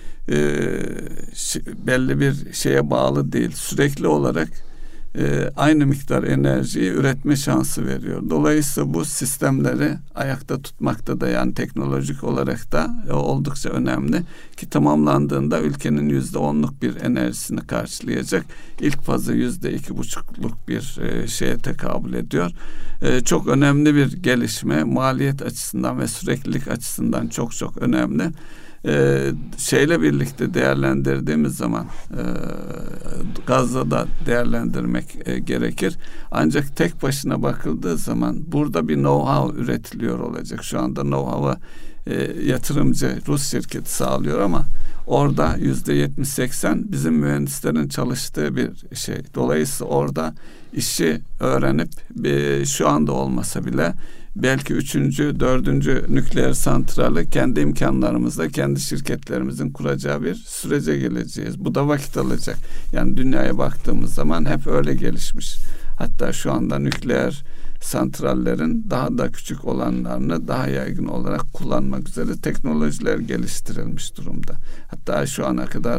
belli bir şeye bağlı değil. Sürekli olarak aynı miktar enerjiyi üretme şansı veriyor. Dolayısıyla bu sistemleri ayakta tutmakta da, yani teknolojik olarak da oldukça önemli ki tamamlandığında ülkenin %10'luk bir enerjisini karşılayacak. İlk fazı %2,5'luk bir şeye tekabül ediyor. Çok önemli bir gelişme, maliyet açısından ve süreklilik açısından çok önemli. Şeyle birlikte değerlendirdiğimiz zaman gazla da değerlendirmek gerekir. Ancak tek başına bakıldığı zaman burada bir know-how üretiliyor olacak. Şu anda know-how'ı yatırımcı Rus şirketi sağlıyor ama orada %70-80 bizim mühendislerin çalıştığı bir şey. Dolayısıyla orada işi öğrenip şu anda olmasa bile belki 3. 4. nükleer santrali kendi imkanlarımızla, kendi şirketlerimizin kuracağı bir sürece geleceğiz. Bu da vakit alacak. Yani dünyaya baktığımız zaman hep öyle gelişmiş. Hatta şu anda nükleer santrallerin daha da küçük olanlarını daha yaygın olarak kullanmak üzere teknolojiler geliştirilmiş durumda. Hatta şu ana kadar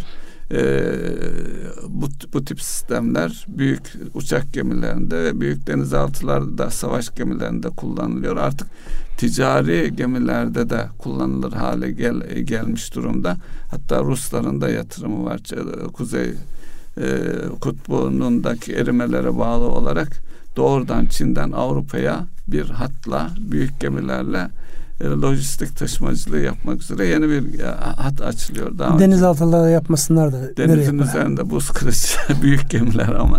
bu tip sistemler büyük uçak gemilerinde ve büyük denizaltılarda, savaş gemilerinde kullanılıyor. Artık ticari gemilerde de kullanılır hale gelmiş durumda. Hatta Rusların da yatırımı var. Kuzey kutbundaki erimelere bağlı olarak doğrudan Çin'den Avrupa'ya bir hatla, büyük gemilerle lojistik taşımacılığı yapmak üzere yeni bir hat açılıyor. Denizaltıları yapmasınlar da. Denizin üzerinde buz kırıcı büyük gemiler ama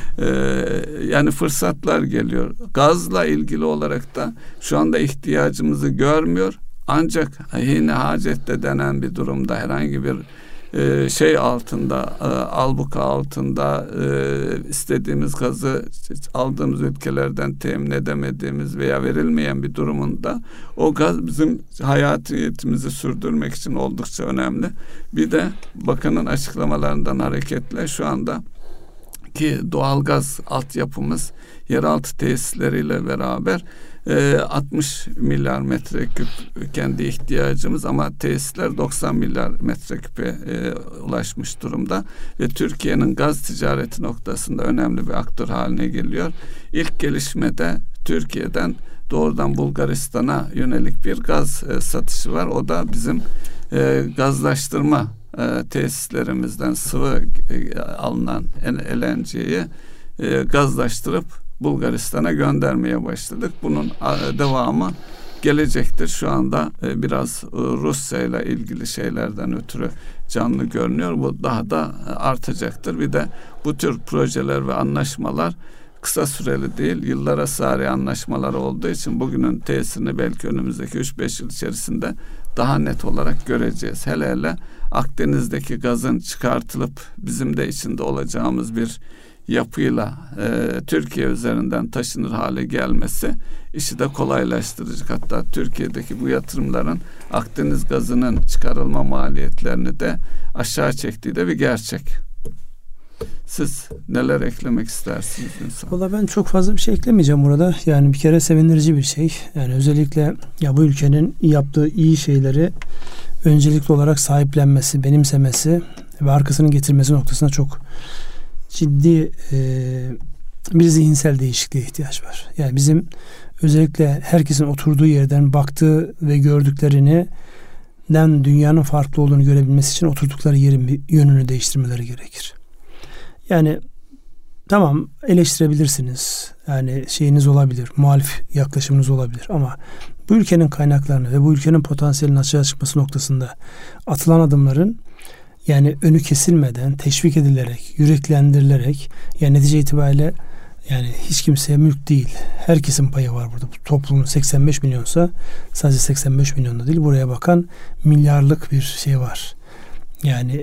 yani fırsatlar geliyor. Gazla ilgili olarak da şu anda ihtiyacımızı görmüyor. Ancak yine hacette denen bir durumda herhangi bir şey altında, albuka altında istediğimiz gazı aldığımız ülkelerden temin edemediğimiz veya verilmeyen bir durumunda o gaz bizim hayatiyetimizi sürdürmek için oldukça önemli. Bir de bakanın açıklamalarından hareketle şu anda ki doğalgaz altyapımız yeraltı tesisleriyle beraber 60 milyar metreküp kendi ihtiyacımız ama tesisler 90 milyar metreküpe ulaşmış durumda ve Türkiye'nin gaz ticareti noktasında önemli bir aktör haline geliyor. İlk gelişmede Türkiye'den doğrudan Bulgaristan'a yönelik bir gaz satışı var. O da bizim gazlaştırma tesislerimizden sıvı alınan LNG'yi gazlaştırıp Bulgaristan'a göndermeye başladık. Bunun devamı gelecektir. Şu anda biraz Rusya ile ilgili şeylerden ötürü canlı görünüyor. Bu daha da artacaktır. Bir de bu tür projeler ve anlaşmalar kısa süreli değil, yıllara sari anlaşmalar olduğu için bugünün tesirini belki önümüzdeki 3-5 yıl içerisinde daha net olarak göreceğiz. Hele hele Akdeniz'deki gazın çıkartılıp bizim de içinde olacağımız bir yapıyla Türkiye üzerinden taşınır hale gelmesi işi de kolaylaştıracak. Hatta Türkiye'deki bu yatırımların Akdeniz gazının çıkarılma maliyetlerini de aşağı çektiği de bir gerçek. Siz neler eklemek istersiniz insan? Valla ben çok fazla bir şey eklemeyeceğim burada. Yani bir kere sevindirici bir şey. Yani özellikle ya bu ülkenin yaptığı iyi şeyleri öncelikli olarak sahiplenmesi, benimsemesi ve arkasını getirmesi noktasında çok ciddi bir zihinsel değişikliğe ihtiyaç var. Yani bizim özellikle herkesin oturduğu yerden baktığı ve gördüklerinden dünyanın farklı olduğunu görebilmesi için oturdukları yerin bir yönünü değiştirmeleri gerekir. Yani tamam eleştirebilirsiniz. Yani şeyiniz olabilir, muhalif yaklaşımınız olabilir ama bu ülkenin kaynaklarını ve bu ülkenin potansiyelinin açığa çıkması noktasında atılan adımların yani önü kesilmeden, teşvik edilerek, yüreklendirilerek yani netice itibariyle yani hiç kimseye mülk değil. Herkesin payı var burada. Bu toplumun 85 milyonsa sadece 85 milyonda değil. Buraya bakan milyarlık bir şey var. Yani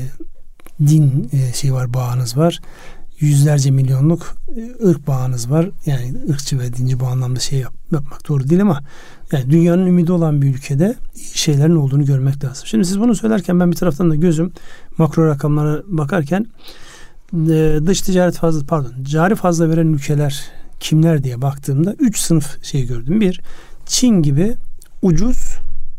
din şey var, bağınız var. Yüzlerce milyonluk ırk bağınız var. Yani ırkçı ve dinci bu anlamda şey yapmak doğru değil ama yani dünyanın ümidi olan bir ülkede iyi şeylerin olduğunu görmek lazım. Şimdi siz bunu söylerken ben bir taraftan da gözüm makro rakamlara bakarken cari fazla veren ülkeler kimler diye baktığımda 3 sınıf şey gördüm. Bir, Çin gibi ucuz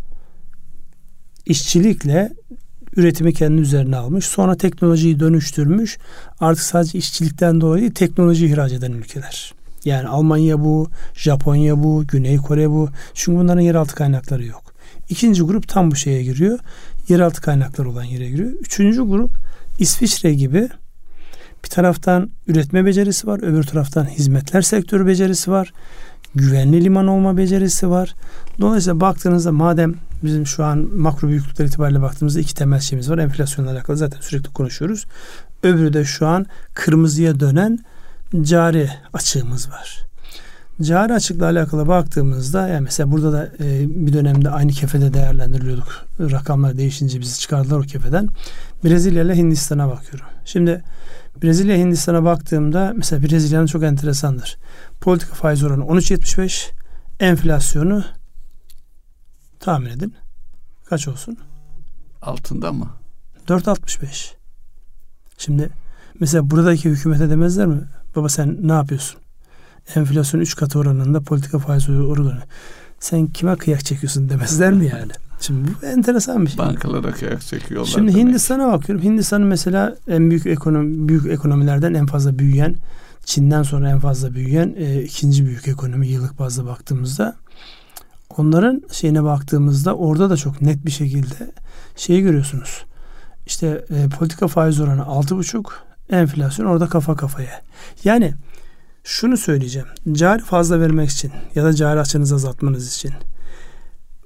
işçilikle üretimi kendi üzerine almış. Sonra teknolojiyi dönüştürmüş. Artık sadece işçilikten dolayı değil, teknoloji ihraç eden ülkeler. Yani Almanya bu, Japonya bu, Güney Kore bu. Çünkü bunların yeraltı kaynakları yok. İkinci grup tam bu şeye giriyor. Yeraltı kaynakları olan yere giriyor. Üçüncü grup İsviçre gibi bir taraftan üretme becerisi var. Öbür taraftan hizmetler sektörü becerisi var. Güvenli liman olma becerisi var. Dolayısıyla baktığınızda madem bizim şu an makro büyüklükler itibariyle baktığımızda iki temel şeyimiz var. Enflasyonla alakalı zaten sürekli konuşuyoruz. Öbürü de şu an kırmızıya dönen cari açığımız var. Cari açıkla alakalı baktığımızda yani mesela burada da bir dönemde aynı kefede değerlendiriyorduk. Rakamlar değişince bizi çıkardılar o kefeden. Brezilya ile Hindistan'a bakıyorum. Şimdi Brezilya Hindistan'a baktığımda mesela Brezilya'nın çok enteresandır. Politika faiz oranı 13.75, enflasyonu tahmin edin. Kaç olsun? Altında mı? 4.65. Şimdi mesela buradaki hükümete demezler mi? Baba sen ne yapıyorsun? Enflasyon 3 katı oranında politika faiz oranı. Sen kime kıyak çekiyorsun demezler mi yani? Şimdi bu enteresan bir şey. Bankalara kıyak çekiyorlar. Şimdi Hindistan'a bakıyorum. Hindistan'ın mesela en büyük ekonomilerden en fazla büyüyen, Çin'den sonra en fazla büyüyen ikinci büyük ekonomi yıllık bazda baktığımızda onların şeyine baktığımızda orada da çok net bir şekilde şeyi görüyorsunuz. İşte politika faiz oranı 6,5, enflasyon orada kafa kafaya. Yani şunu söyleyeceğim. Cari fazla vermek için ya da cari açığınızı azaltmanız için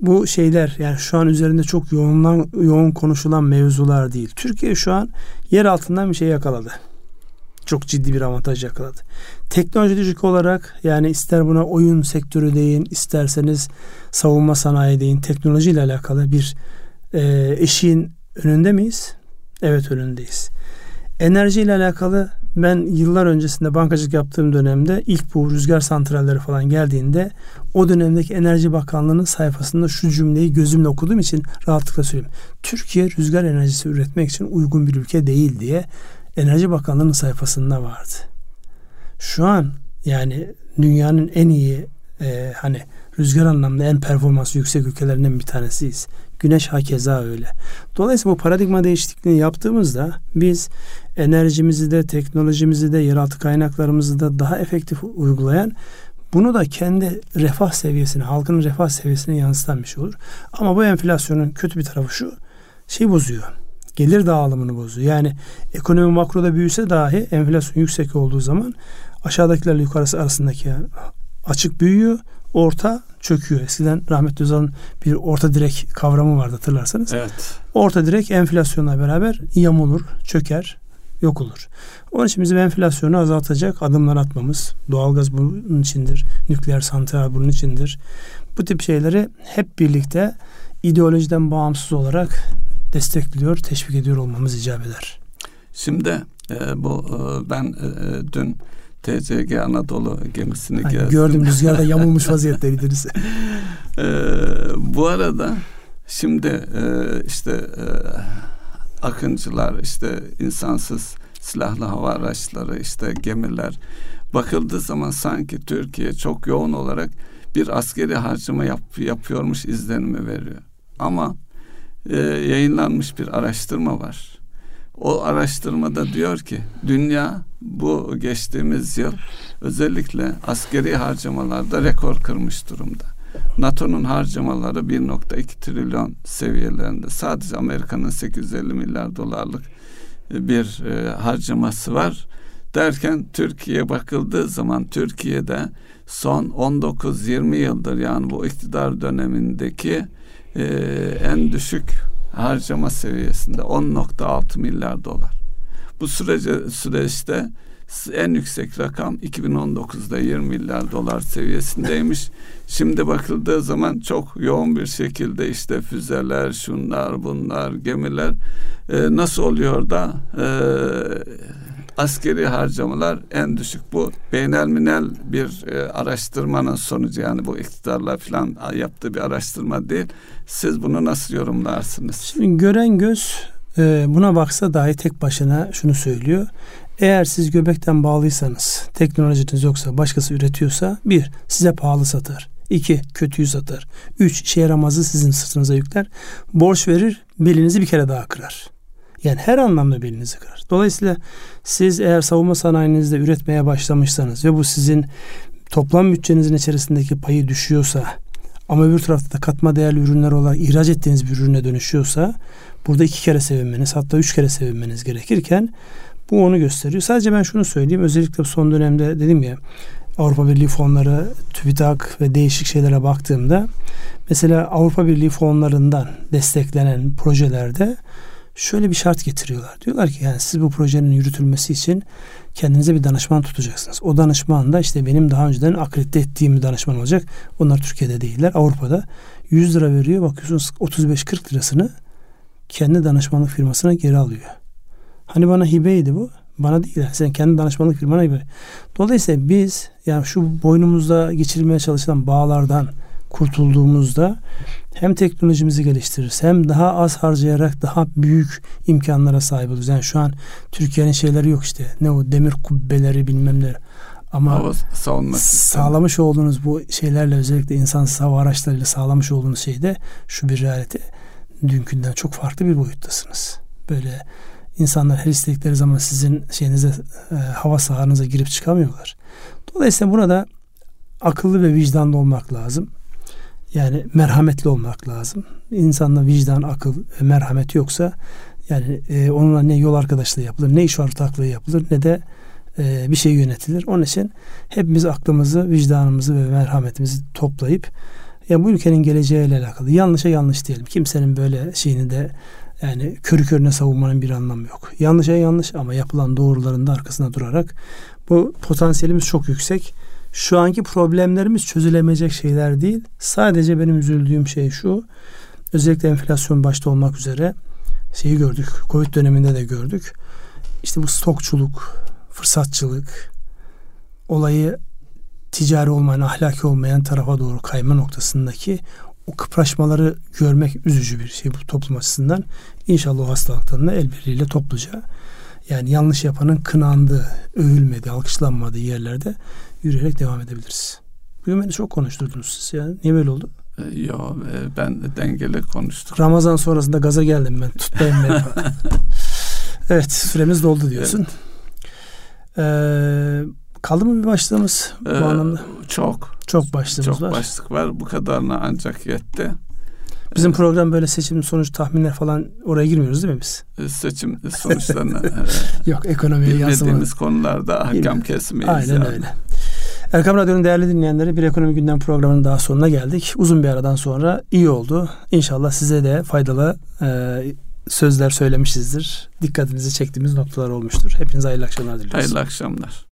bu şeyler yani şu an üzerinde çok yoğun konuşulan mevzular değil. Türkiye şu an yer altından bir şey yakaladı. Çok ciddi bir avantaj yakaladı. Teknolojik olarak yani ister buna oyun sektörü deyin, isterseniz savunma sanayi deyin, teknolojiyle alakalı bir eşiğin önünde miyiz? Evet, önündeyiz. Enerjiyle alakalı ben yıllar öncesinde bankacılık yaptığım dönemde ilk bu rüzgar santralleri falan geldiğinde o dönemdeki Enerji Bakanlığı'nın sayfasında şu cümleyi gözümle okuduğum için rahatlıkla söyleyeyim. Türkiye rüzgar enerjisi üretmek için uygun bir ülke değil diye Enerji Bakanlığı'nın sayfasında vardı. Şu an yani dünyanın en iyi hani rüzgar anlamda en performansı yüksek ülkelerinden bir tanesiyiz. Güneş hakeza öyle. Dolayısıyla bu paradigma değişikliğini yaptığımızda biz enerjimizi de, teknolojimizi de, yeraltı kaynaklarımızı da daha efektif uygulayan, bunu da kendi refah seviyesine, halkın refah seviyesine yansıtan bir şey olur. Ama bu enflasyonun kötü bir tarafı şu, şey bozuyor. Gelir dağılımını bozuyor. Yani ekonomi makroda büyüse dahi enflasyon yüksek olduğu zaman aşağıdakilerle yukarısı arasındaki açık büyüyor, orta çöküyor. Eskiden rahmetli Özal'ın bir orta direk kavramı vardı, hatırlarsanız. Evet. Orta direk enflasyonla beraber yamulur, çöker, yok olur. Onun için bizim enflasyonu azaltacak adımlar atmamız, doğalgaz bunun içindir, nükleer santral bunun içindir. Bu tip şeyleri hep birlikte ideolojiden bağımsız olarak destekliyor, teşvik ediyor olmamız icap eder. Şimdi ben dün TCG Anadolu gemisini gezdim. Gördüm, rüzgarda yamulmuş vaziyetteydiniz. Bu arada şimdi akıncılar, insansız silahlı hava araçları, gemiler bakıldığı zaman sanki Türkiye çok yoğun olarak bir askeri harcama yapıyormuş izlenimi veriyor. Ama yayınlanmış bir araştırma var. O araştırmada diyor ki dünya bu geçtiğimiz yıl özellikle askeri harcamalarda rekor kırmış durumda. NATO'nun harcamaları 1.2 trilyon seviyelerinde. Sadece Amerika'nın 850 milyar dolarlık bir harcaması var. Derken Türkiye'ye bakıldığı zaman Türkiye'de son 19-20 yıldır yani bu iktidar dönemindeki en düşük harcama seviyesinde 10.6 milyar dolar. Bu süreçte en yüksek rakam 2019'da 20 milyar dolar seviyesindeymiş. Şimdi bakıldığı zaman çok yoğun bir şekilde füzeler, şunlar, bunlar, gemiler nasıl oluyor da askeri harcamalar en düşük. Bu beynelminel bir araştırmanın sonucu, yani bu iktidarlar falan yaptığı bir araştırma değil. Siz bunu nasıl yorumlarsınız? Şimdi gören göz buna baksa dahi tek başına şunu söylüyor. Eğer siz göbekten bağlıysanız, teknolojiniz yoksa, başkası üretiyorsa, 1. size pahalı satar. 2. kötüyü satar. 3. işe yaramazı sizin sırtınıza yükler. Borç verir, belinizi bir kere daha kırar. Yani her anlamda belinizi kırar. Dolayısıyla siz eğer savunma sanayinizde üretmeye başlamışsanız ve bu sizin toplam bütçenizin içerisindeki payı düşüyorsa ama öbür tarafta da katma değerli ürünler olarak ihraç ettiğiniz bir ürüne dönüşüyorsa burada 2 kere sevinmeniz, hatta 3 kere sevinmeniz gerekirken bu onu gösteriyor. Sadece ben şunu söyleyeyim. Özellikle son dönemde dedim ya, Avrupa Birliği fonları, TÜBİTAK ve değişik şeylere baktığımda mesela Avrupa Birliği fonlarından desteklenen projelerde şöyle bir şart getiriyorlar. Diyorlar ki yani siz bu projenin yürütülmesi için kendinize bir danışman tutacaksınız. O danışman da benim daha önceden akredite ettiğim bir danışman olacak. Onlar Türkiye'de değiller. Avrupa'da 100 lira veriyor. Bakıyorsunuz 35-40 lirasını kendi danışmanlık firmasına geri alıyor. Hani bana hibeydi bu. Bana değil. Yani sen kendi danışmanlık firmana hibe. Dolayısıyla biz yani şu boynumuzda geçirilmeye çalışılan bağlardan kurtulduğumuzda hem teknolojimizi geliştiririz, hem daha az harcayarak daha büyük imkanlara sahip oluruz. Yani şu an Türkiye'nin şeyleri yok ne o demir kubbeleri bilmem ne. Ama sağlamış olduğunuz bu şeylerle, özellikle insansız hava araçlarıyla sağlamış olduğunuz şeyde şu bir realite, dünkünden çok farklı bir boyuttasınız. Böyle insanlar her istedikleri zaman sizin hava sahanıza girip çıkamıyorlar. Dolayısıyla burada akıllı ve vicdanlı olmak lazım. Yani merhametli olmak lazım. İnsanda vicdan, akıl ve merhamet yoksa yani onunla ne yol arkadaşlığı yapılır, ne iş ortaklığı yapılır, ne de bir şey yönetilir. Onun için hepimiz aklımızı, vicdanımızı ve merhametimizi toplayıp Yani bu ülkenin geleceğiyle alakalı. Yanlışa yanlış diyelim. Kimsenin böyle şeyini de yani körü körüne savunmanın bir anlamı yok. Yanlışa yanlış ama yapılan doğruların da arkasında durarak bu potansiyelimiz çok yüksek. Şu anki problemlerimiz çözülemeyecek şeyler değil. Sadece benim üzüldüğüm şey şu. Özellikle enflasyon başta olmak üzere şeyi gördük. Covid döneminde de gördük. İşte bu stokçuluk, fırsatçılık, olayı ticari olmayan, ahlaki olmayan tarafa doğru kayma noktasındaki o kıpraşmaları görmek üzücü bir şey bu toplum açısından. İnşallah o hastalıktan da el birliğiyle topluca, yani yanlış yapanın kınandığı, övülmediği, alkışlanmadığı yerlerde yürüyerek devam edebiliriz. Bugün beni çok konuşturdunuz siz ya. Niye böyle oldu? Yok, ben dengeli konuştum. Ramazan sonrasında gaza geldim ben. Tutmayın beni. Evet, süremiz doldu diyorsun. Evet. Kaldı mı bir başlığımız bu anlamda? Çok başlığımız var. Çok başlık var. Bu kadarına ancak yetti. Bizim program böyle seçim sonuç tahminler falan, oraya girmiyoruz değil mi biz? Seçim sonuçlarına yok, ekonomiye yansımalı. Bilmediğimiz konularda ahkam kesmeyiz. Aynen yani. Öyle. Erkam Radyo'nun değerli dinleyenleri, bir ekonomi gündem programının daha sonuna geldik. Uzun bir aradan sonra iyi oldu. İnşallah size de faydalı sözler söylemişizdir. Dikkatinizi çektiğimiz noktalar olmuştur. Hepinize hayırlı akşamlar diliyoruz. Hayırlı akşamlar.